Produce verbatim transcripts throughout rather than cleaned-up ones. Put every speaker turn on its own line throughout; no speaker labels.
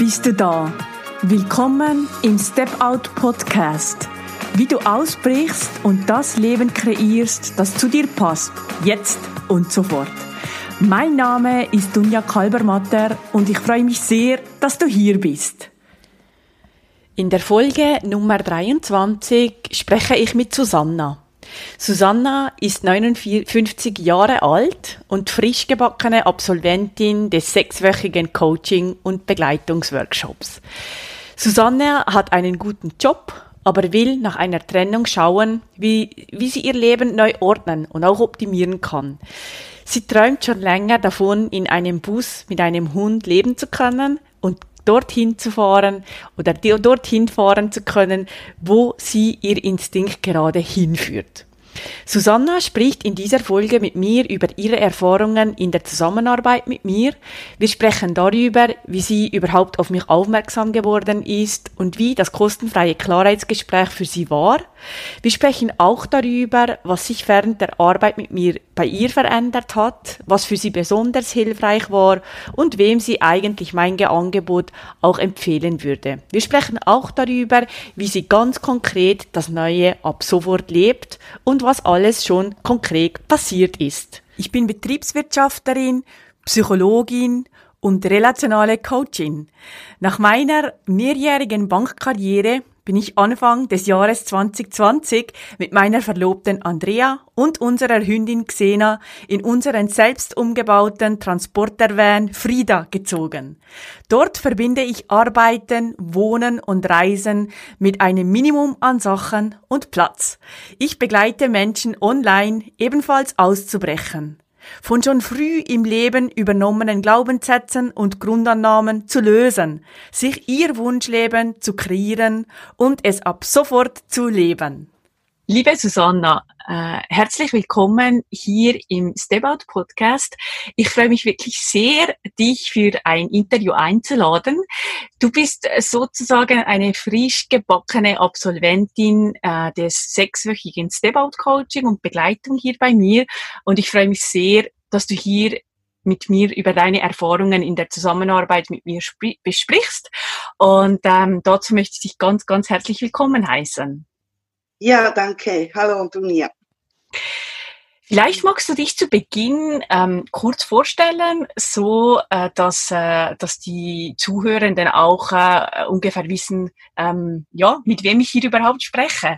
bist du da. Willkommen im Step Out Podcast. Wie du ausbrichst und das Leben kreierst, das zu dir passt, jetzt und sofort. Mein Name ist Dunja Kalbermatter und ich freue mich sehr, dass du hier bist. In der Folge Nummer dreiundzwanzig spreche ich mit Susanna. Susanna ist neunundfünfzig Jahre alt und frisch gebackene Absolventin des sechswöchigen Coaching- und Begleitungsworkshops. Susanna hat einen guten Job, aber will nach einer Trennung schauen, wie, wie sie ihr Leben neu ordnen und auch optimieren kann. Sie träumt schon länger davon, in einem Bus mit einem Hund leben zu können und dorthin zu fahren oder dorthin fahren zu können, wo sie ihr Instinkt gerade hinführt. Susanna spricht in dieser Folge mit mir über ihre Erfahrungen in der Zusammenarbeit mit mir. Wir sprechen darüber, wie sie überhaupt auf mich aufmerksam geworden ist und wie das kostenfreie Klarheitsgespräch für sie war. Wir sprechen auch darüber, was sich während der Arbeit mit mir bei ihr verändert hat, was für sie besonders hilfreich war und wem sie eigentlich mein Angebot auch empfehlen würde. Wir sprechen auch darüber, wie sie ganz konkret das Neue ab sofort lebt und was alles schon konkret passiert ist. Ich bin Betriebswirtschafterin, Psychologin und relationale Coachin. Nach meiner mehrjährigen Bankkarriere bin ich Anfang des Jahres zwanzig zwanzig mit meiner Verlobten Andrea und unserer Hündin Xena in unseren selbst umgebauten Transportervan Frida gezogen. Dort verbinde ich Arbeiten, Wohnen und Reisen mit einem Minimum an Sachen und Platz. Ich begleite Menschen online ebenfalls auszubrechen. Von schon früh im Leben übernommenen Glaubenssätzen und Grundannahmen zu lösen, sich ihr Wunschleben zu kreieren und es ab sofort zu leben.
Liebe Susanna, äh, herzlich willkommen hier im Step Out Podcast. Ich freue mich wirklich sehr, dich für ein Interview einzuladen. Du bist sozusagen eine frisch gebackene Absolventin äh, des sechswöchigen Step Out Coaching und Begleitung hier bei mir. Und ich freue mich sehr, dass du hier mit mir über deine Erfahrungen in der Zusammenarbeit mit mir spr- besprichst. Und ähm, dazu möchte ich dich ganz, ganz herzlich willkommen heißen.
Ja, danke. Hallo Antonia.
Vielleicht magst du dich zu Beginn ähm, kurz vorstellen, so äh, dass äh, dass die Zuhörenden auch äh, ungefähr wissen, ähm, ja, mit wem ich hier überhaupt spreche.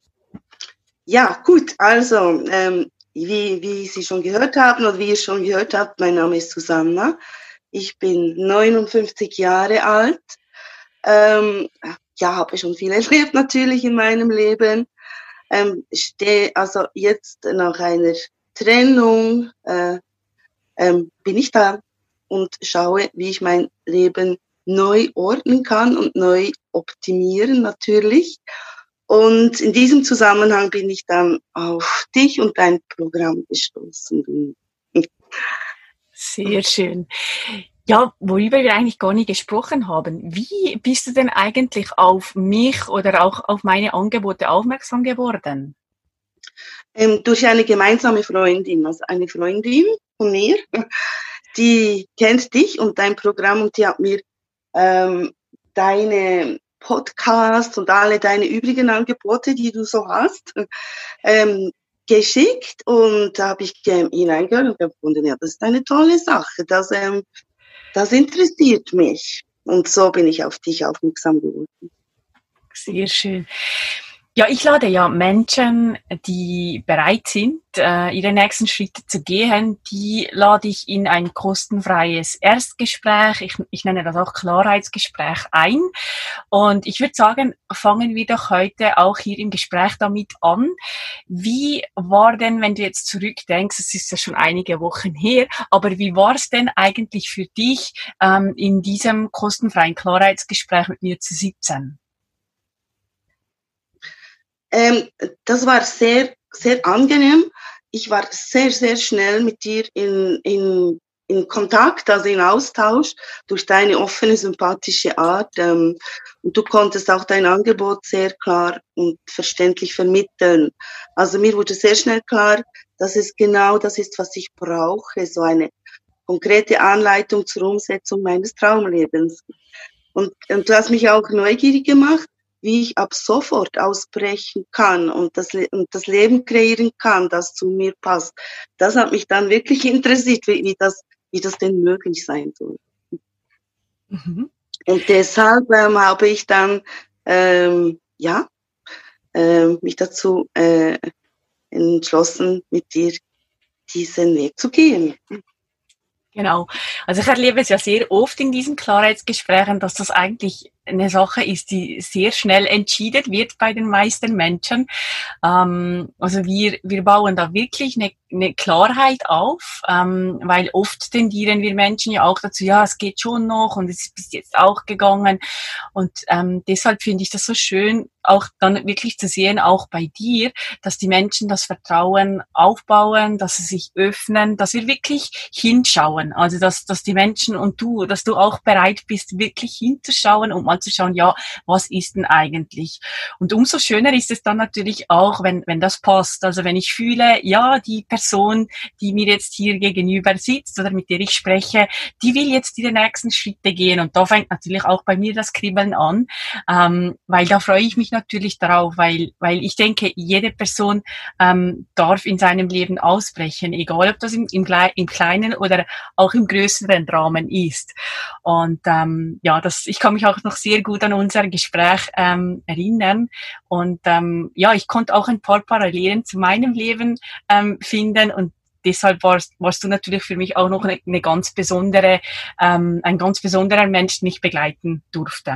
Ja, gut. Also ähm, wie wie Sie schon gehört haben oder wie ihr schon gehört habt, mein Name ist Susanna. Ich bin neunundfünfzig Jahre alt. Ähm, ja, habe schon viel erlebt natürlich in meinem Leben. Ähm, stehe also jetzt nach einer Trennung äh, ähm, bin ich da und schaue, wie ich mein Leben neu ordnen kann und neu optimieren natürlich. Und in diesem Zusammenhang bin ich dann auf dich und dein Programm gestoßen.
Sehr schön. Ja, worüber wir eigentlich gar nicht gesprochen haben. Wie bist du denn eigentlich auf mich oder auch auf meine Angebote aufmerksam geworden?
Ähm, durch eine gemeinsame Freundin, also eine Freundin von mir, die kennt dich und dein Programm und die hat mir ähm, deine Podcasts und alle deine übrigen Angebote, die du so hast, ähm, geschickt und da habe ich ähm, hineingehört und gefunden, ja, das ist eine tolle Sache, das ähm, Das interessiert mich. Und so bin ich auf dich aufmerksam geworden.
Sehr schön. Ja, ich lade ja Menschen, die bereit sind, ihre nächsten Schritte zu gehen, die lade ich in ein kostenfreies Erstgespräch, ich, ich nenne das auch Klarheitsgespräch, ein. Und ich würde sagen, fangen wir doch heute auch hier im Gespräch damit an. Wie war denn, wenn du jetzt zurückdenkst, es ist ja schon einige Wochen her, aber wie war es denn eigentlich für dich, ähm, in diesem kostenfreien Klarheitsgespräch mit mir zu sitzen?
Ähm, das war sehr, sehr angenehm. Ich war sehr, sehr schnell mit dir in, in, in Kontakt, also in Austausch, durch deine offene, sympathische Art. Ähm, und du konntest auch dein Angebot sehr klar und verständlich vermitteln. Also mir wurde sehr schnell klar, dass es genau das ist, was ich brauche, so eine konkrete Anleitung zur Umsetzung meines Traumlebens. Und, und du hast mich auch neugierig gemacht, wie ich ab sofort ausbrechen kann und das, und das Leben kreieren kann, das zu mir passt. Das hat mich dann wirklich interessiert, wie, wie, das, wie das denn möglich sein soll. Mhm. Und deshalb ähm, habe ich dann ähm, ja äh, mich dazu äh, entschlossen, mit dir diesen Weg zu gehen.
Genau. Also ich erlebe es ja sehr oft in diesen Klarheitsgesprächen, dass das eigentlich eine Sache ist, die sehr schnell entschieden wird bei den meisten Menschen. Ähm, also wir, wir bauen da wirklich eine, eine Klarheit auf, ähm, weil oft tendieren wir Menschen ja auch dazu, ja, es geht schon noch und es ist bis jetzt auch gegangen. Und ähm, deshalb finde ich das so schön, auch dann wirklich zu sehen, auch bei dir, dass die Menschen das Vertrauen aufbauen, dass sie sich öffnen, dass wir wirklich hinschauen. Also dass, dass die Menschen und du, dass du auch bereit bist, wirklich hinzuschauen und mal zu schauen, ja, was ist denn eigentlich? Und umso schöner ist es dann natürlich auch, wenn, wenn das passt. Also wenn ich fühle, ja, die Person, die mir jetzt hier gegenüber sitzt oder mit der ich spreche, die will jetzt die nächsten Schritte gehen. Und da fängt natürlich auch bei mir das Kribbeln an, ähm, weil da freue ich mich natürlich darauf, weil, weil ich denke, jede Person ähm, darf in seinem Leben ausbrechen, egal ob das im, im, im kleinen oder auch im größeren Rahmen ist. Und ähm, ja, das, ich kann mich auch noch sehr gut an unser Gespräch ähm, erinnern. Und ähm, ja, ich konnte auch ein paar Parallelen zu meinem Leben ähm, finden und deshalb warst, warst du natürlich für mich auch noch eine, eine ganz besondere, ähm, ein ganz besonderer Mensch, den ich begleiten durfte.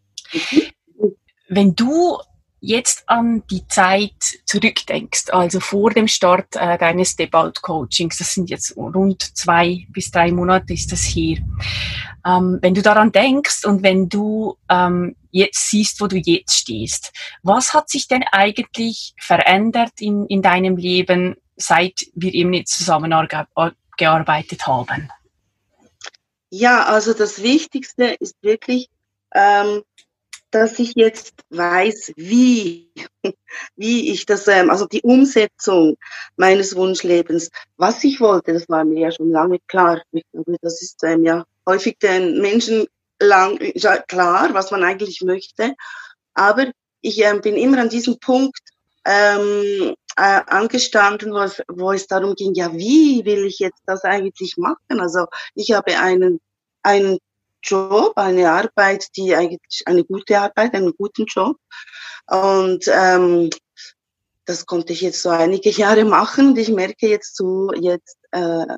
Wenn du jetzt an die Zeit zurückdenkst, also vor dem Start äh, deines Step-Out-Coachings, das sind jetzt rund zwei bis drei Monate ist das hier. Ähm, wenn du daran denkst und wenn du ähm, jetzt siehst, wo du jetzt stehst, was hat sich denn eigentlich verändert in, in deinem Leben, seit wir eben jetzt zusammengearbeitet haben?
Ja, also das Wichtigste ist wirklich, ähm, dass ich jetzt weiß, wie, wie ich das, ähm, also die Umsetzung meines Wunschlebens, was ich wollte, das war mir ja schon lange klar. Ich glaube, das ist ähm, ja häufig den Menschen lang ja, klar, was man eigentlich möchte. Aber ich ähm, bin immer an diesem Punkt ähm, äh, angestanden, wo es, wo es darum ging, ja, wie will ich jetzt das eigentlich machen? Also ich habe einen, einen Job, eine Arbeit, die eigentlich eine gute Arbeit, einen guten Job. Und ähm, das konnte ich jetzt so einige Jahre machen. Und ich merke jetzt so, jetzt äh,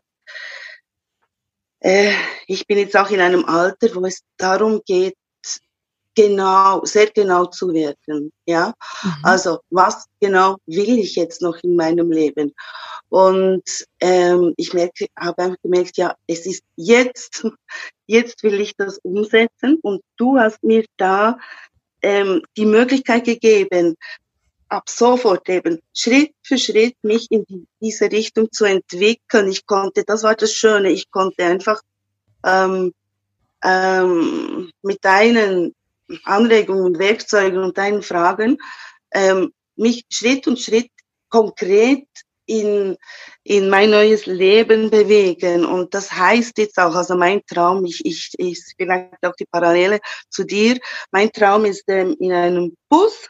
äh, ich bin jetzt auch in einem Alter, wo es darum geht, genau, sehr genau zu werden. Ja, mhm. Also was genau will ich jetzt noch in meinem Leben? Und ähm, ich merke, habe einfach gemerkt, ja, es ist jetzt, jetzt will ich das umsetzen. Und du hast mir da ähm, die Möglichkeit gegeben, ab sofort eben Schritt für Schritt mich in die, diese Richtung zu entwickeln. Ich konnte, das war das Schöne, ich konnte einfach ähm, ähm, mit deinen Anregungen, Werkzeugen und deinen Fragen ähm, mich Schritt und Schritt konkret in, in mein neues Leben bewegen. Und das heißt jetzt auch, also mein Traum, ich, ich, ich vielleicht auch die Parallele zu dir, mein Traum ist, ähm, in einem Bus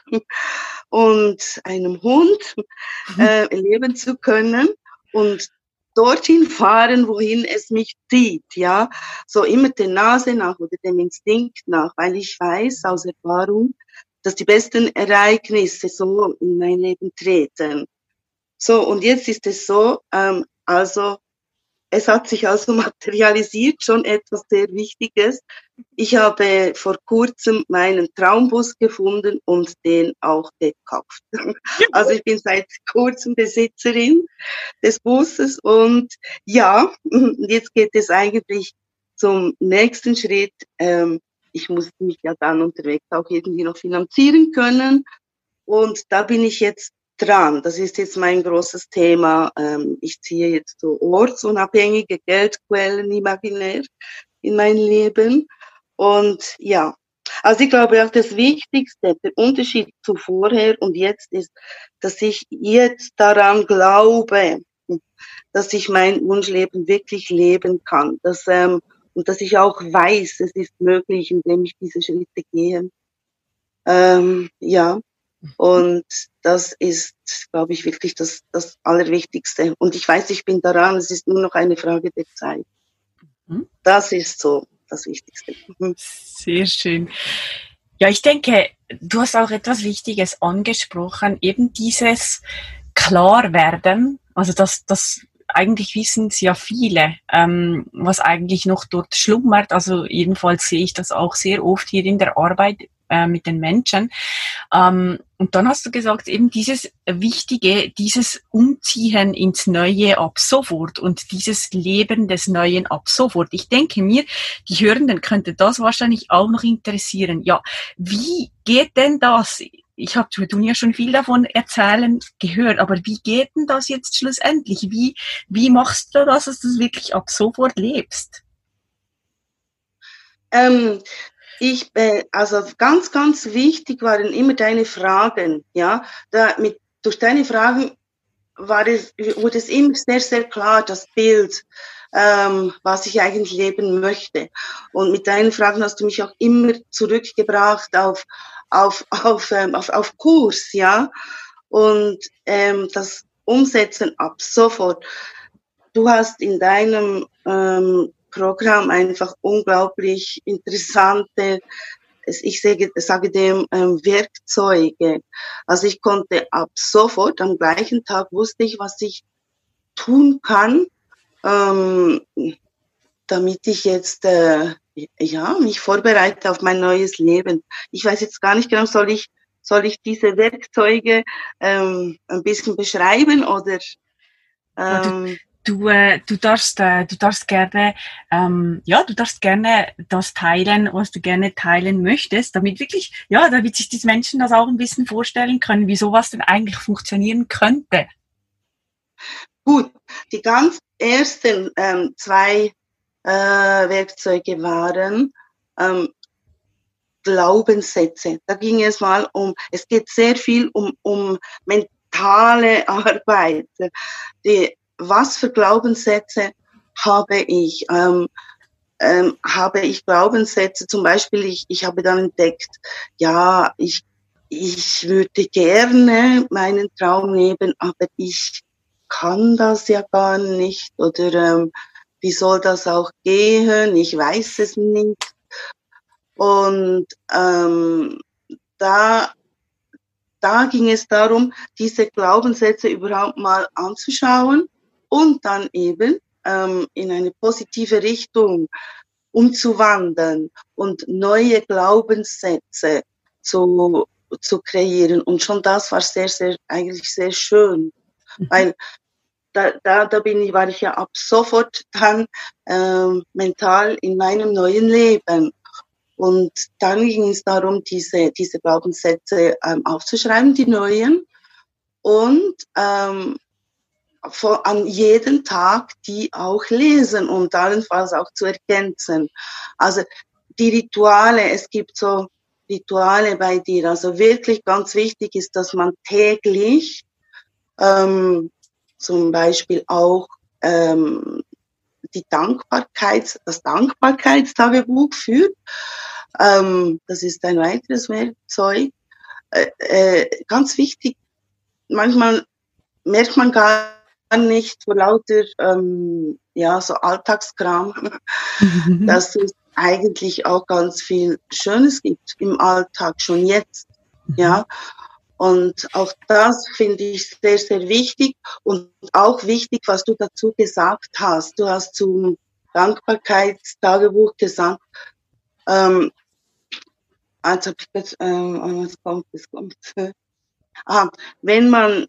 und einem Hund äh, leben zu können und dorthin fahren, wohin es mich zieht, ja. So immer der Nase nach oder dem Instinkt nach, weil ich weiß aus Erfahrung, dass die besten Ereignisse so in mein Leben treten. So, und jetzt ist es so, ähm, also es hat sich also materialisiert, schon etwas sehr Wichtiges. Ich habe vor kurzem meinen Traumbus gefunden und den auch gekauft. Also ich bin seit kurzem Besitzerin des Busses und ja, jetzt geht es eigentlich zum nächsten Schritt. Ähm, ich muss mich ja dann unterwegs auch irgendwie noch finanzieren können und da bin ich jetzt dran. Das ist jetzt mein großes Thema. Ähm, ich ziehe jetzt so ortsunabhängige Geldquellen imaginär in mein Leben. Und ja, also ich glaube auch das Wichtigste, der Unterschied zu vorher und jetzt ist, dass ich jetzt daran glaube, dass ich mein Wunschleben wirklich leben kann. Dass ähm, und dass ich auch weiß, es ist möglich, indem ich diese Schritte gehe. Ähm, ja, und das ist, glaube ich, wirklich das, das Allerwichtigste. Und ich weiß, ich bin daran, es ist nur noch eine Frage der Zeit. Mhm. Das ist so das Wichtigste. Mhm.
Sehr schön. Ja, ich denke, du hast auch etwas Wichtiges angesprochen, eben dieses Klarwerden, also das, das eigentlich wissen es ja viele, ähm, was eigentlich noch dort schlummert. Also jedenfalls sehe ich das auch sehr oft hier in der Arbeit äh, mit den Menschen. Ähm, und dann hast du gesagt, eben dieses Wichtige, dieses Umziehen ins Neue ab sofort und dieses Leben des Neuen ab sofort. Ich denke mir, die Hörenden könnte das wahrscheinlich auch noch interessieren. Ja, wie geht denn das? Ich habe du ja schon viel davon erzählen gehört, aber wie geht denn das jetzt schlussendlich? Wie, wie machst du das, dass du es wirklich ab sofort lebst?
Ähm, ich, äh, also ganz, ganz wichtig waren immer deine Fragen, ja. Da, mit, durch deine Fragen war es, wurde es immer sehr, sehr klar, das Bild, ähm, was ich eigentlich leben möchte. Und mit deinen Fragen hast du mich auch immer zurückgebracht auf, auf, auf, ähm, auf, auf Kurs, ja. Und ähm, das Umsetzen ab sofort. Du hast in deinem ähm, Programm einfach unglaublich interessante, ich sage, sage dem, ähm, Werkzeuge. Also ich konnte ab sofort, am gleichen Tag wusste ich, was ich tun kann, ähm, damit ich jetzt äh, ja mich vorbereite auf mein neues Leben. Ich weiß jetzt gar nicht genau, soll ich soll ich diese Werkzeuge ähm, ein bisschen beschreiben oder
ähm, Du, äh, du darfst, äh, du darfst gerne, ähm, ja, du darfst gerne das teilen, was du gerne teilen möchtest, damit wirklich, ja, damit sich die Menschen das auch ein bisschen vorstellen können, wie sowas denn eigentlich funktionieren könnte.
Gut, die ganz ersten ähm, zwei äh, Werkzeuge waren ähm, Glaubenssätze. Da ging es mal um, es geht sehr viel um, um mentale Arbeit. Die, was für Glaubenssätze habe ich? Ähm, ähm, habe ich Glaubenssätze, zum Beispiel, ich, ich habe dann entdeckt, ja, ich, ich würde gerne meinen Traum leben, aber ich kann das ja gar nicht, oder ähm, wie soll das auch gehen? Ich weiß es nicht. Und ähm, da Da ging es darum, diese Glaubenssätze überhaupt mal anzuschauen und dann eben ähm, in eine positive Richtung umzuwandeln und neue Glaubenssätze zu, zu kreieren. Und schon das war sehr, sehr, eigentlich sehr schön, mhm. weil da, da, da bin ich, war ich ja ab sofort dann ähm, mental in meinem neuen Leben. Und dann ging es darum, diese, diese Glaubenssätze ähm, aufzuschreiben, die neuen, und ähm, von, an jedem Tag die auch lesen und allenfalls auch zu ergänzen. Also die Rituale, es gibt so Rituale bei dir. Also wirklich ganz wichtig ist, dass man täglich ähm, zum Beispiel auch ähm, die Dankbarkeit, das Dankbarkeitstagebuch führt. Ähm, das ist ein weiteres Werkzeug. Äh, äh, ganz wichtig, manchmal merkt man gar nicht vor lauter ähm, ja, so Alltagskram, mhm. dass es eigentlich auch ganz viel Schönes gibt im Alltag, schon jetzt. Mhm. Ja. Und auch das finde ich sehr, sehr wichtig. Und auch wichtig, was du dazu gesagt hast. Du hast zum Dankbarkeitstagebuch gesagt, ähm, also jetzt, ähm, was kommt, was kommt. Ah, wenn man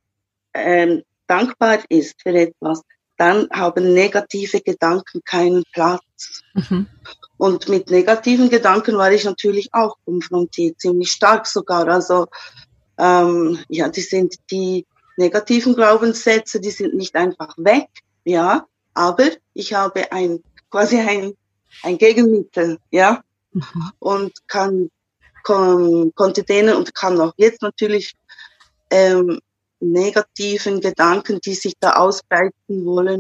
ähm, dankbar ist für etwas, dann haben negative Gedanken keinen Platz. Mhm. Und mit negativen Gedanken war ich natürlich auch konfrontiert, ziemlich stark sogar. Also ähm, ja, die sind die negativen Glaubenssätze, die sind nicht einfach weg, ja, aber ich habe ein quasi ein ein Gegenmittel, ja, mhm. und kann kon, konnte denen und kann auch jetzt natürlich ähm, negativen Gedanken, die sich da ausbreiten wollen,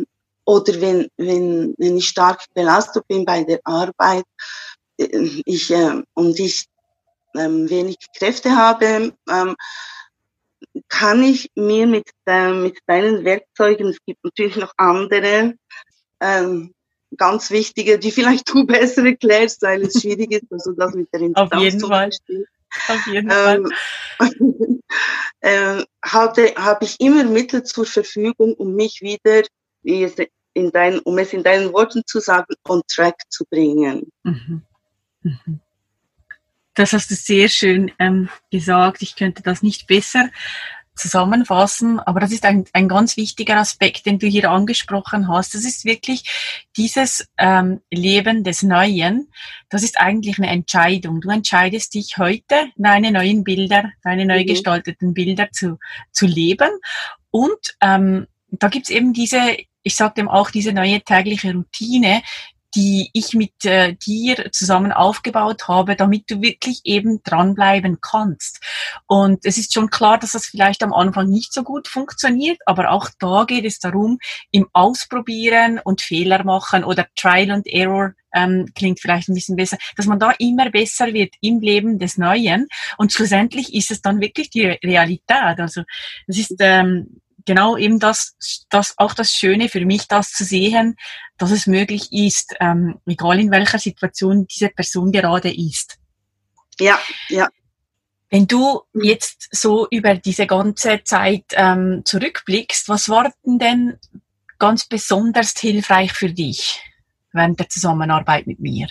oder wenn, wenn, wenn ich stark belastet bin bei der Arbeit, äh, ich, äh, und ich ähm, wenig Kräfte habe, ähm, kann ich mir mit, äh, mit deinen Werkzeugen, es gibt natürlich noch andere, ähm, ganz wichtige, die vielleicht du besser erklärst, weil es schwierig ist, also das mit der
Auf
Instanz
jeden
zum
Fall.
Beispiel.
Auf jeden
Ähm,
Fall.
äh, hatte, habe ich immer Mittel zur Verfügung, um mich wieder, wie es in dein, um es in deinen Worten zu sagen, on track zu bringen.
Mhm. Mhm. Das hast du sehr schön ähm, gesagt. Ich könnte das nicht besser zusammenfassen, aber das ist ein, ein ganz wichtiger Aspekt, den du hier angesprochen hast. Das ist wirklich dieses ähm, Leben des Neuen. Das ist eigentlich eine Entscheidung. Du entscheidest dich heute, deine neuen Bilder, deine neu gestalteten Bilder zu, zu leben. Und ähm, da gibt's eben diese, ich sage dem auch, diese neue tägliche Routine, die ich mit äh, dir zusammen aufgebaut habe, damit du wirklich eben dranbleiben kannst. Und es ist schon klar, dass das vielleicht am Anfang nicht so gut funktioniert, aber auch da geht es darum, im Ausprobieren und Fehler machen oder Trial and Error, ähm, klingt vielleicht ein bisschen besser, dass man da immer besser wird im Leben des Neuen. Und schlussendlich ist es dann wirklich die Realität. Also es ist ähm, genau eben das, das auch das Schöne für mich, das zu sehen, dass es möglich ist, ähm, egal in welcher Situation diese Person gerade ist.
Ja, ja.
Wenn du jetzt so über diese ganze Zeit ähm, zurückblickst, was war denn ganz besonders hilfreich für dich während der Zusammenarbeit mit mir?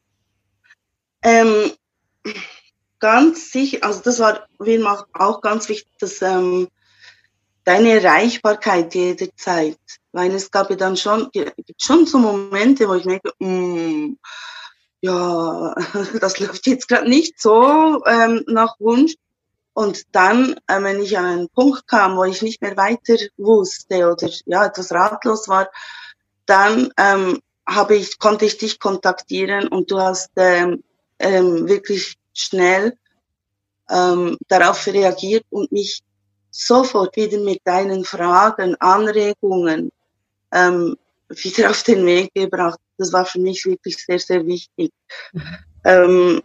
Ähm, ganz sicher, also das war mir auch ganz wichtig, dass ähm, deine Erreichbarkeit jederzeit, weil es gab ja dann schon, gibt schon so Momente, wo ich merke, mm, ja, das läuft jetzt gerade nicht so ähm, nach Wunsch. Und dann, äh, wenn ich an einen Punkt kam, wo ich nicht mehr weiter wusste oder ja etwas ratlos war, dann ähm, habe ich, konnte ich dich kontaktieren und du hast ähm, ähm, wirklich schnell ähm, darauf reagiert und mich sofort wieder mit deinen Fragen, Anregungen ähm, wieder auf den Weg gebracht. Das war für mich wirklich sehr, sehr wichtig. Mhm. Ähm,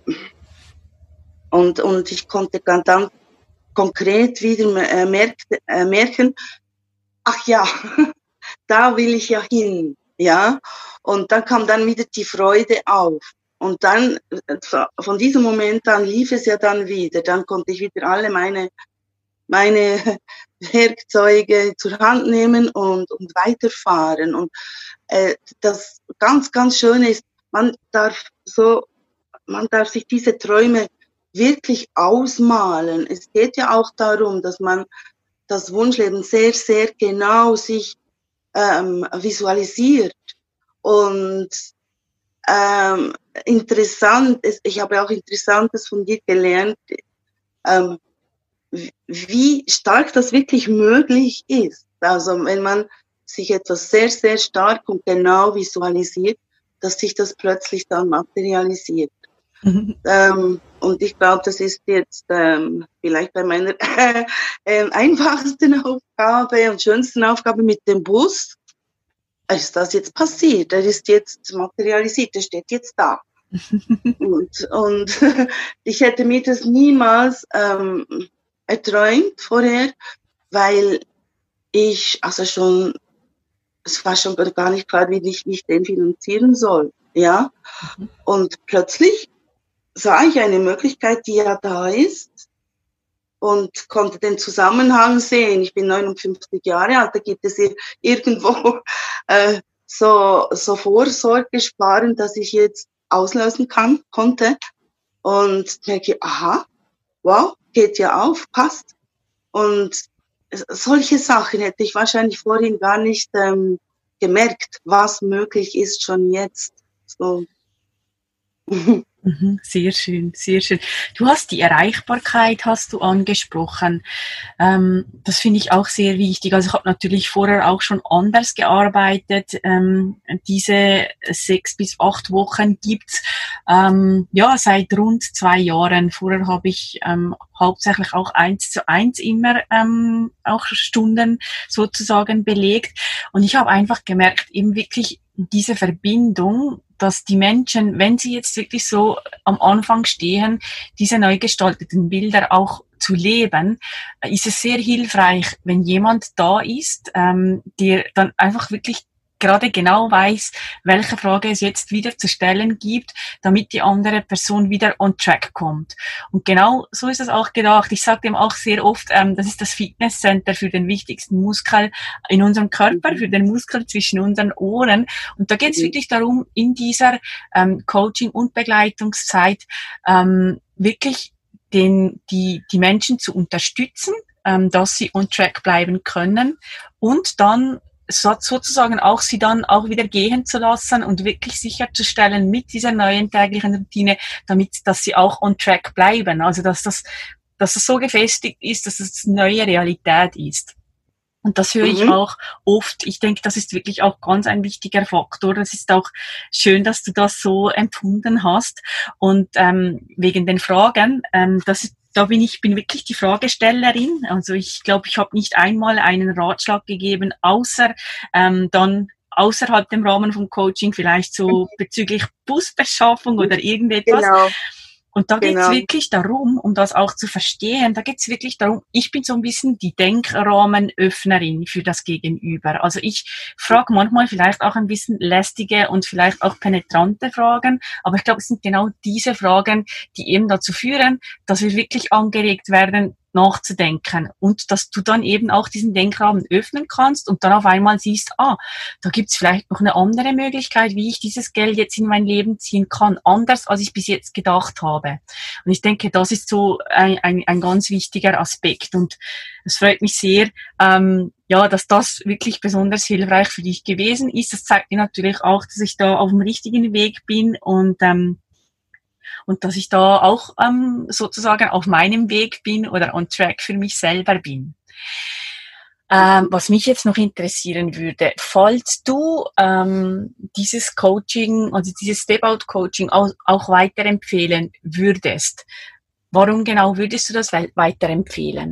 und, und ich konnte dann konkret wieder äh, merk, äh, merken, ach ja, da will ich ja hin, ja. Und dann kam dann wieder die Freude auf. Und dann, von diesem Moment an lief es ja dann wieder. Dann konnte ich wieder alle meine meine Werkzeuge zur Hand nehmen und, und weiterfahren. Und äh, das ganz, ganz Schöne ist, man darf so, man darf sich diese Träume wirklich ausmalen. Es geht ja auch darum, dass man das Wunschleben sehr, sehr genau sich ähm, visualisiert. Und ähm, interessant ist, ich habe auch Interessantes von dir gelernt, ähm, wie stark das wirklich möglich ist. Also wenn man sich etwas sehr, sehr stark und genau visualisiert, dass sich das plötzlich dann materialisiert. Mhm. Ähm, und ich glaube, das ist jetzt ähm, vielleicht bei meiner äh, äh, einfachsten Aufgabe und schönsten Aufgabe mit dem Bus. Ist das jetzt passiert? Er ist jetzt materialisiert, er steht jetzt da. und und ich hätte mir das niemals ähm, erträumt vorher, weil ich, also schon, es war schon gar nicht klar, wie ich, wie ich den finanzieren soll, ja. Mhm. Und plötzlich sah ich eine Möglichkeit, die ja da ist und konnte den Zusammenhang sehen. Ich bin neunundfünfzig Jahre alt, da gibt es irgendwo äh, so, so Vorsorge sparen, dass ich jetzt auslösen kann, konnte und merke, aha, wow, geht ja auf, passt. Und solche Sachen hätte ich wahrscheinlich vorhin gar nicht ähm, gemerkt, was möglich ist schon jetzt. So.
Mhm. Sehr schön, sehr schön. Du hast die Erreichbarkeit, hast du angesprochen. Ähm, das finde ich auch sehr wichtig. Also ich habe natürlich vorher auch schon anders gearbeitet. Ähm, diese sechs bis acht Wochen gibt's ähm, ja seit rund zwei Jahren. Vorher habe ich ähm, hauptsächlich auch eins zu eins immer ähm, auch Stunden sozusagen belegt. Und ich habe einfach gemerkt, eben wirklich diese Verbindung, dass die Menschen, wenn sie jetzt wirklich so am Anfang stehen, diese neu gestalteten Bilder auch zu leben, ist es sehr hilfreich, wenn jemand da ist, ähm, der dann einfach wirklich gerade genau weiß, welche Frage es jetzt wieder zu stellen gibt, damit die andere Person wieder on track kommt. Und genau so ist es auch gedacht. Ich sage dem auch sehr oft, ähm, das ist das Fitnesscenter für den wichtigsten Muskel in unserem Körper, für den Muskel zwischen unseren Ohren. Und da geht es wirklich darum, in dieser ähm, Coaching- und Begleitungszeit ähm, wirklich den, die, die Menschen zu unterstützen, ähm, dass sie on track bleiben können und dann so, sozusagen auch sie dann auch wieder gehen zu lassen und wirklich sicherzustellen mit dieser neuen täglichen Routine, damit, dass sie auch on track bleiben. Also, dass das, dass es so gefestigt ist, dass es neue Realität ist. Und das höre ich
Mhm.
auch oft. Ich denke, das ist wirklich auch ganz ein wichtiger Faktor. Das ist auch schön, dass du das so empfunden hast. Und ähm, wegen den Fragen, ähm, das ist, da bin ich bin wirklich die Fragestellerin. Also ich glaube, ich habe nicht einmal einen Ratschlag gegeben, außer ähm, dann außerhalb dem Rahmen vom Coaching, vielleicht so bezüglich Busbeschaffung oder irgendetwas.
Genau.
Und da geht's
Genau.
wirklich darum, um das auch zu verstehen, da geht's wirklich darum, ich bin so ein bisschen die Denkrahmenöffnerin für das Gegenüber. Also ich frage manchmal vielleicht auch ein bisschen lästige und vielleicht auch penetrante Fragen, aber ich glaube, es sind genau diese Fragen, die eben dazu führen, dass wir wirklich angeregt werden, nachzudenken und dass du dann eben auch diesen Denkrahmen öffnen kannst und dann auf einmal siehst, ah, da gibt's vielleicht noch eine andere Möglichkeit, wie ich dieses Geld jetzt in mein Leben ziehen kann, anders als ich bis jetzt gedacht habe. Und ich denke, das ist so ein, ein, ein ganz wichtiger Aspekt und es freut mich sehr, ähm, ja, dass das wirklich besonders hilfreich für dich gewesen ist. Das zeigt mir natürlich auch, dass ich da auf dem richtigen Weg bin und ähm, und dass ich da auch ähm, sozusagen auf meinem Weg bin oder on track für mich selber bin. Ähm, was mich jetzt noch interessieren würde, falls du ähm, dieses Coaching, also dieses Step-Out-Coaching auch, auch weiterempfehlen würdest, warum genau würdest du das we- weiterempfehlen?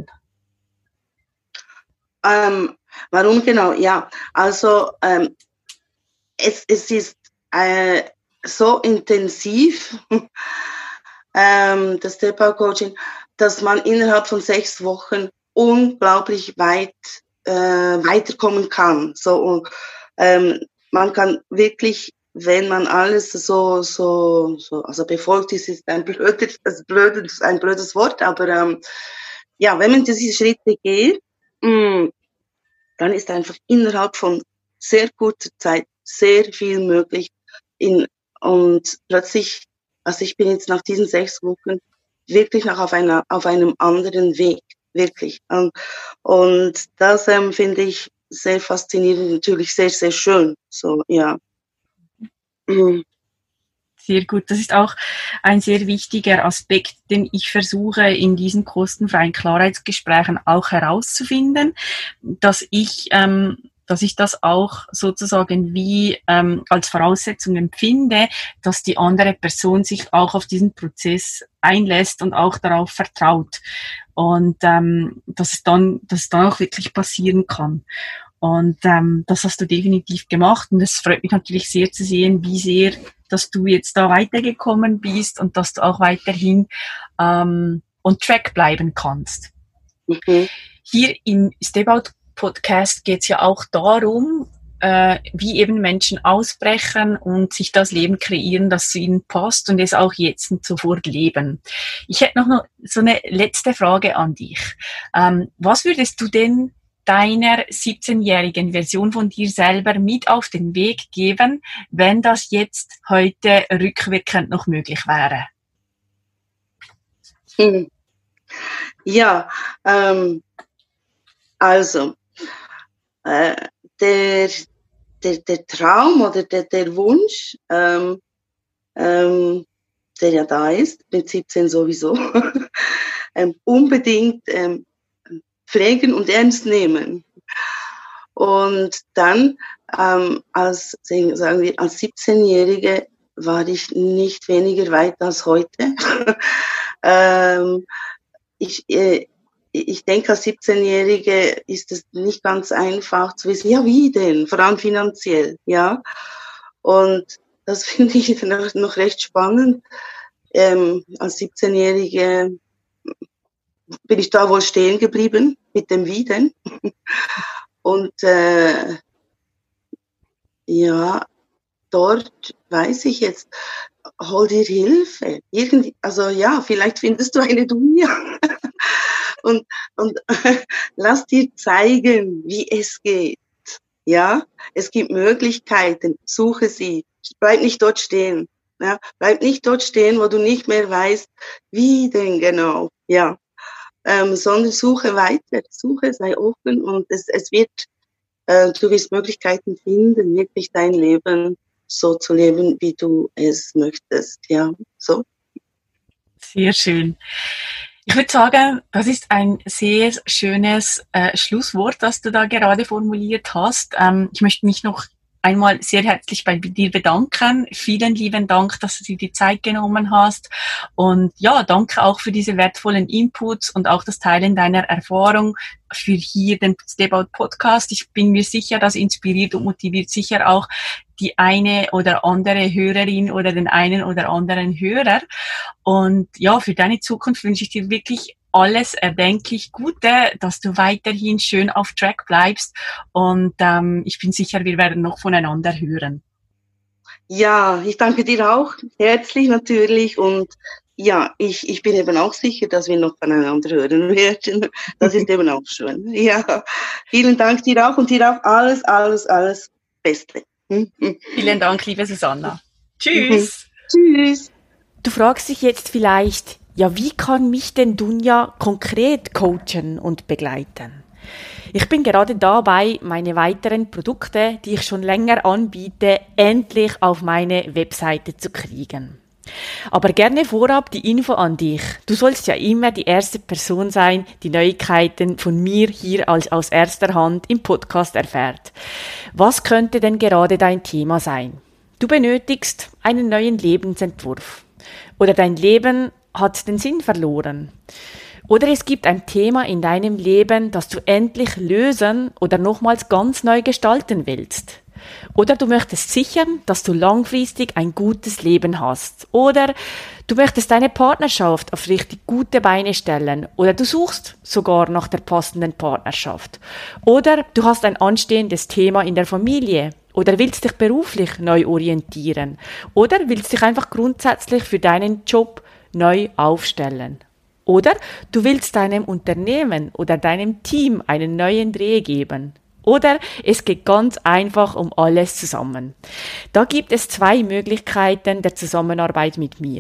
Ähm, warum genau? Ja, also ähm, es, es ist äh, so intensiv, ähm, das Step-Out-Coaching, dass man innerhalb von sechs Wochen unglaublich weit äh, weiterkommen kann. So, und, ähm, man kann wirklich, wenn man alles so, so, so, also befolgt ist, ist ein blödes, ein blödes, ein blödes Wort, aber ähm, ja, wenn man diese Schritte geht, mh, dann ist einfach innerhalb von sehr kurzer Zeit sehr viel möglich. In, und plötzlich, also ich bin jetzt nach diesen sechs Wochen wirklich noch auf einer, auf einem anderen Weg, wirklich. Und, und das ähm, finde ich sehr faszinierend, natürlich sehr, sehr schön. So, ja. Mhm.
Sehr gut. Das ist auch ein sehr wichtiger Aspekt, den ich versuche in diesen kostenfreien Klarheitsgesprächen auch herauszufinden, dass ich, ähm, dass ich das auch sozusagen wie ähm, als Voraussetzung empfinde, dass die andere Person sich auch auf diesen Prozess einlässt und auch darauf vertraut und ähm, dass es dann, dass es dann auch wirklich passieren kann. Und ähm, das hast du definitiv gemacht und es freut mich natürlich sehr zu sehen, wie sehr, dass du jetzt da weitergekommen bist und dass du auch weiterhin ähm, on track bleiben kannst.
Mhm.
Hier im Step Out Podcast geht es ja auch darum, äh, wie eben Menschen ausbrechen und sich das Leben kreieren, das zu ihnen passt und es auch jetzt und sofort leben. Ich hätte noch so eine letzte Frage an dich. Ähm, was würdest du denn deiner siebzehnjährigen Version von dir selber mit auf den Weg geben, wenn das jetzt heute rückwirkend noch möglich wäre?
Mhm. Ja, ähm, also äh, der, der, der Traum oder der, der Wunsch, ähm, ähm, der ja da ist, mit siebzehn sowieso, ähm, unbedingt ähm, pflegen und ernst nehmen. Und dann, ähm, als, sagen wir, als siebzehnjährige war ich nicht weniger weit als heute. ähm, ich, äh, ich denke, als siebzehnjährige ist es nicht ganz einfach zu wissen, ja, wie denn? Vor allem finanziell, ja. Und das finde ich noch, noch recht spannend. Ähm, als siebzehnjährige bin ich da wohl stehen geblieben mit dem Wie denn. Und äh, ja, dort weiß ich jetzt, hol dir Hilfe. Irgendwie, also ja, vielleicht findest du eine Dunja. und und lass dir zeigen, wie es geht. Ja, es gibt Möglichkeiten, suche sie. Bleib nicht dort stehen. Ja, bleib nicht dort stehen, wo du nicht mehr weißt, wie denn genau. Ja. Ähm, sondern suche weiter, suche, sei offen und es, es wird, äh, du wirst Möglichkeiten finden, wirklich dein Leben so zu leben, wie du es möchtest, ja, so.
Sehr schön. Ich würde sagen, das ist ein sehr schönes äh, Schlusswort, das du da gerade formuliert hast. Ähm, ich möchte mich noch einmal sehr herzlich bei dir bedanken. Vielen lieben Dank, dass du dir die Zeit genommen hast. Und ja, danke auch für diese wertvollen Inputs und auch das Teilen deiner Erfahrung für hier den Step Out Podcast. Ich bin mir sicher, das inspiriert und motiviert sicher auch die eine oder andere Hörerin oder den einen oder anderen Hörer. Und ja, für deine Zukunft wünsche ich dir wirklich alles erdenklich Gute, dass du weiterhin schön auf Track bleibst und ähm, ich bin sicher, wir werden noch voneinander hören.
Ja, ich danke dir auch herzlich natürlich und ja, ich, ich bin eben auch sicher, dass wir noch voneinander hören werden. Das ist eben auch schön. Ja, vielen Dank dir auch und dir auch alles, alles, alles Beste.
Vielen Dank, liebe Susanna. Tschüss.
Tschüss.
Du fragst dich jetzt vielleicht, ja, wie kann mich denn Dunja konkret coachen und begleiten? Ich bin gerade dabei, meine weiteren Produkte, die ich schon länger anbiete, endlich auf meine Webseite zu kriegen. Aber gerne vorab die Info an dich. Du sollst ja immer die erste Person sein, die Neuigkeiten von mir hier als aus erster Hand im Podcast erfährt. Was könnte denn gerade dein Thema sein? Du benötigst einen neuen Lebensentwurf. Oder dein Leben hat den Sinn verloren. Oder es gibt ein Thema in deinem Leben, das du endlich lösen oder nochmals ganz neu gestalten willst. Oder du möchtest sichern, dass du langfristig ein gutes Leben hast. Oder du möchtest deine Partnerschaft auf richtig gute Beine stellen. Oder du suchst sogar nach der passenden Partnerschaft. Oder du hast ein anstehendes Thema in der Familie. Oder willst dich beruflich neu orientieren. Oder willst dich einfach grundsätzlich für deinen Job neu aufstellen. Oder du willst deinem Unternehmen oder deinem Team einen neuen Dreh geben. Oder es geht ganz einfach um alles zusammen. Da gibt es zwei Möglichkeiten der Zusammenarbeit mit mir.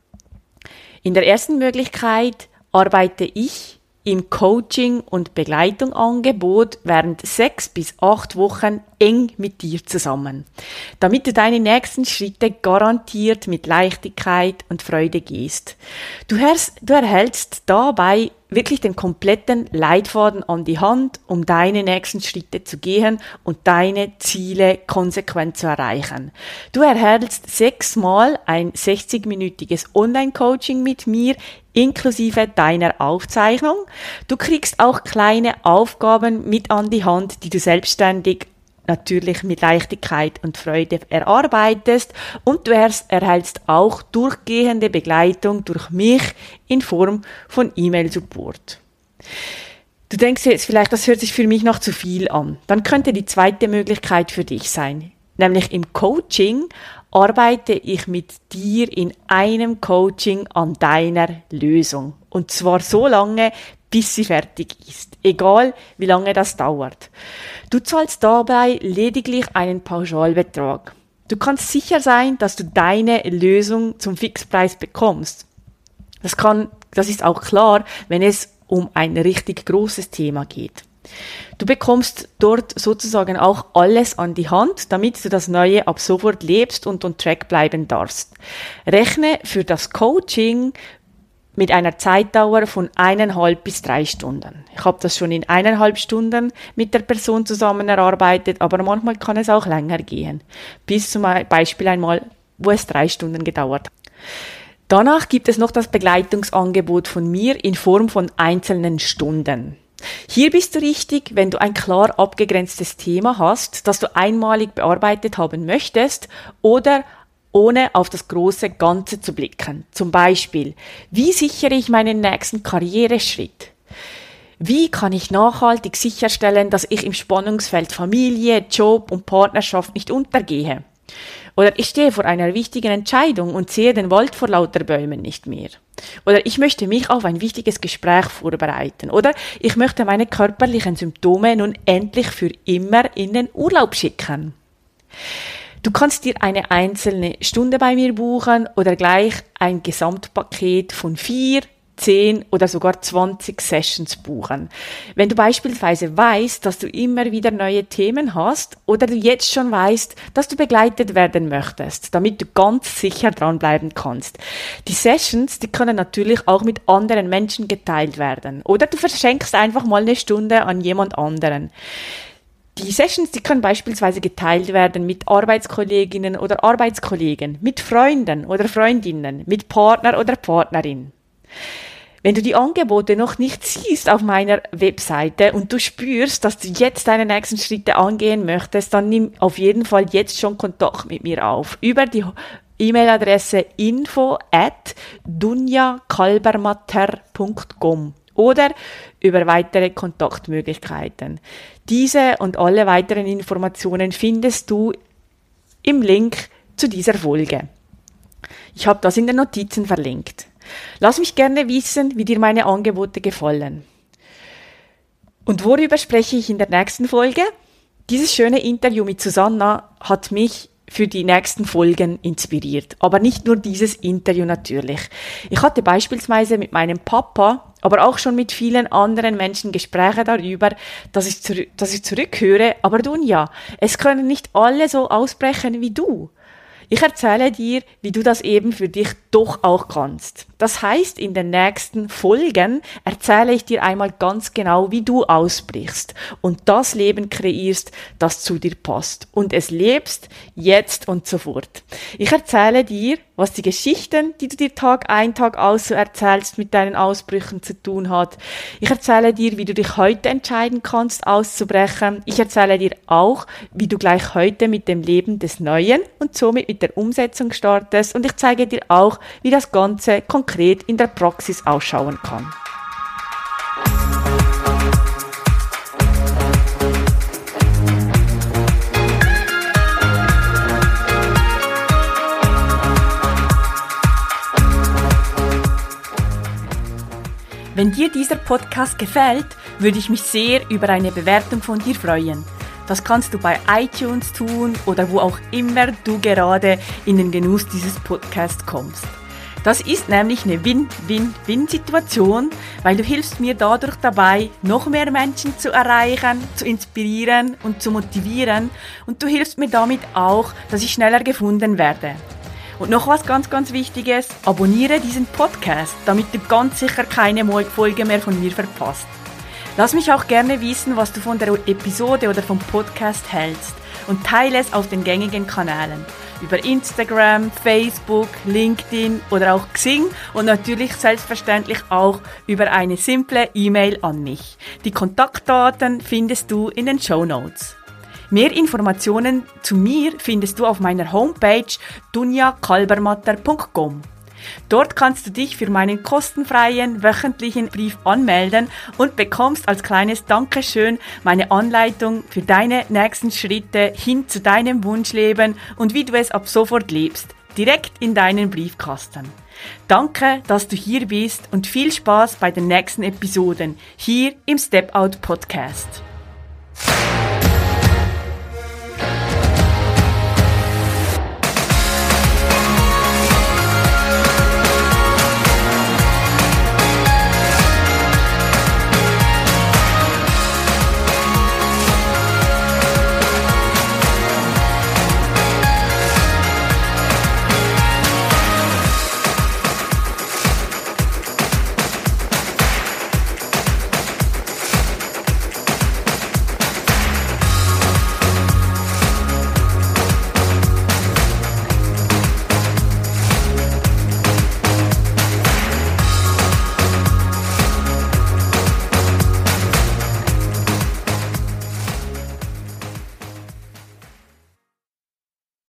In der ersten Möglichkeit arbeite ich im Coaching- und Begleitungsangebot während sechs bis acht Wochen eng mit dir zusammen, damit du deine nächsten Schritte garantiert mit Leichtigkeit und Freude gehst. Du, hörst, du erhältst dabei wirklich den kompletten Leitfaden an die Hand, um deine nächsten Schritte zu gehen und deine Ziele konsequent zu erreichen. Du erhältst sechsmal ein sechzig-minütiges Online-Coaching mit mir, inklusive deiner Aufzeichnung. Du kriegst auch kleine Aufgaben mit an die Hand, die du selbstständig natürlich mit Leichtigkeit und Freude erarbeitest und du erhältst auch durchgehende Begleitung durch mich in Form von E-Mail-Support. Du denkst jetzt vielleicht, das hört sich für mich noch zu viel an. Dann könnte die zweite Möglichkeit für dich sein, nämlich im Coaching arbeite ich mit dir in einem Coaching an deiner Lösung. Und zwar so lange, bis sie fertig ist. Egal, wie lange das dauert. Du zahlst dabei lediglich einen Pauschalbetrag. Du kannst sicher sein, dass du deine Lösung zum Fixpreis bekommst. Das kann, das ist auch klar, wenn es um ein richtig großes Thema geht. Du bekommst dort sozusagen auch alles an die Hand, damit du das Neue ab sofort lebst und on track bleiben darfst. Rechne für das Coaching mit einer Zeitdauer von eineinhalb bis drei Stunden. Ich habe das schon in eineinhalb Stunden mit der Person zusammen erarbeitet, aber manchmal kann es auch länger gehen. Bis zum Beispiel einmal, wo es drei Stunden gedauert hat. Danach gibt es noch das Begleitungsangebot von mir in Form von einzelnen Stunden. Hier bist du richtig, wenn du ein klar abgegrenztes Thema hast, das du einmalig bearbeitet haben möchtest oder ohne auf das große Ganze zu blicken. Zum Beispiel, wie sichere ich meinen nächsten Karriereschritt? Wie kann ich nachhaltig sicherstellen, dass ich im Spannungsfeld Familie, Job und Partnerschaft nicht untergehe? Oder ich stehe vor einer wichtigen Entscheidung und sehe den Wald vor lauter Bäumen nicht mehr. Oder ich möchte mich auf ein wichtiges Gespräch vorbereiten. Oder ich möchte meine körperlichen Symptome nun endlich für immer in den Urlaub schicken. Du kannst dir eine einzelne Stunde bei mir buchen oder gleich ein Gesamtpaket von vier, zehn oder sogar zwanzig Sessions buchen. Wenn du beispielsweise weißt, dass du immer wieder neue Themen hast oder du jetzt schon weißt, dass du begleitet werden möchtest, damit du ganz sicher dranbleiben kannst. Die Sessions, die können natürlich auch mit anderen Menschen geteilt werden oder du verschenkst einfach mal eine Stunde an jemand anderen. Die Sessions, die können beispielsweise geteilt werden mit Arbeitskolleginnen oder Arbeitskollegen, mit Freunden oder Freundinnen, mit Partner oder Partnerin. Wenn du die Angebote noch nicht siehst auf meiner Webseite und du spürst, dass du jetzt deine nächsten Schritte angehen möchtest, dann nimm auf jeden Fall jetzt schon Kontakt mit mir auf. Über die E-Mail-Adresse info at dunja kalbermatter punkt com oder über weitere Kontaktmöglichkeiten. Diese und alle weiteren Informationen findest du im Link zu dieser Folge. Ich habe das in den Notizen verlinkt. Lass mich gerne wissen, wie dir meine Angebote gefallen. Und worüber spreche ich in der nächsten Folge? Dieses schöne Interview mit Susanna hat mich für die nächsten Folgen inspiriert. Aber nicht nur dieses Interview natürlich. Ich hatte beispielsweise mit meinem Papa, aber auch schon mit vielen anderen Menschen Gespräche darüber, dass ich, zurück, dass ich zurückhöre, aber Dunja, es können nicht alle so ausbrechen wie du. Ich erzähle dir, wie du das eben für dich doch auch kannst. Das heißt, in den nächsten Folgen erzähle ich dir einmal ganz genau, wie du ausbrichst und das Leben kreierst, das zu dir passt und es lebst jetzt und sofort. Ich erzähle dir, was die Geschichten, die du dir Tag ein, Tag aus so erzählst, mit deinen Ausbrüchen zu tun hat. Ich erzähle dir, wie du dich heute entscheiden kannst, auszubrechen. Ich erzähle dir auch, wie du gleich heute mit dem Leben des Neuen und somit mit der Umsetzung startest. Und ich zeige dir auch, wie das Ganze konkret in der Praxis ausschauen kann. Wenn dir dieser Podcast gefällt, würde ich mich sehr über eine Bewertung von dir freuen. Das kannst du bei iTunes tun oder wo auch immer du gerade in den Genuss dieses Podcasts kommst. Das ist nämlich eine Win-Win-Win-Situation, weil du hilfst mir dadurch dabei, noch mehr Menschen zu erreichen, zu inspirieren und zu motivieren und du hilfst mir damit auch, dass ich schneller gefunden werde. Und noch was ganz, ganz Wichtiges, abonniere diesen Podcast, damit du ganz sicher keine Folge mehr von mir verpasst. Lass mich auch gerne wissen, was du von der Episode oder vom Podcast hältst und teile es auf den gängigen Kanälen. Über Instagram, Facebook, LinkedIn oder auch Xing und natürlich selbstverständlich auch über eine simple E-Mail an mich. Die Kontaktdaten findest du in den Shownotes. Mehr Informationen zu mir findest du auf meiner Homepage dunja kalbermatter punkt com. Dort kannst du dich für meinen kostenfreien wöchentlichen Brief anmelden und bekommst als kleines Dankeschön meine Anleitung für deine nächsten Schritte hin zu deinem Wunschleben und wie du es ab sofort lebst, direkt in deinen Briefkasten. Danke, dass du hier bist und viel Spaß bei den nächsten Episoden hier im Step Out Podcast.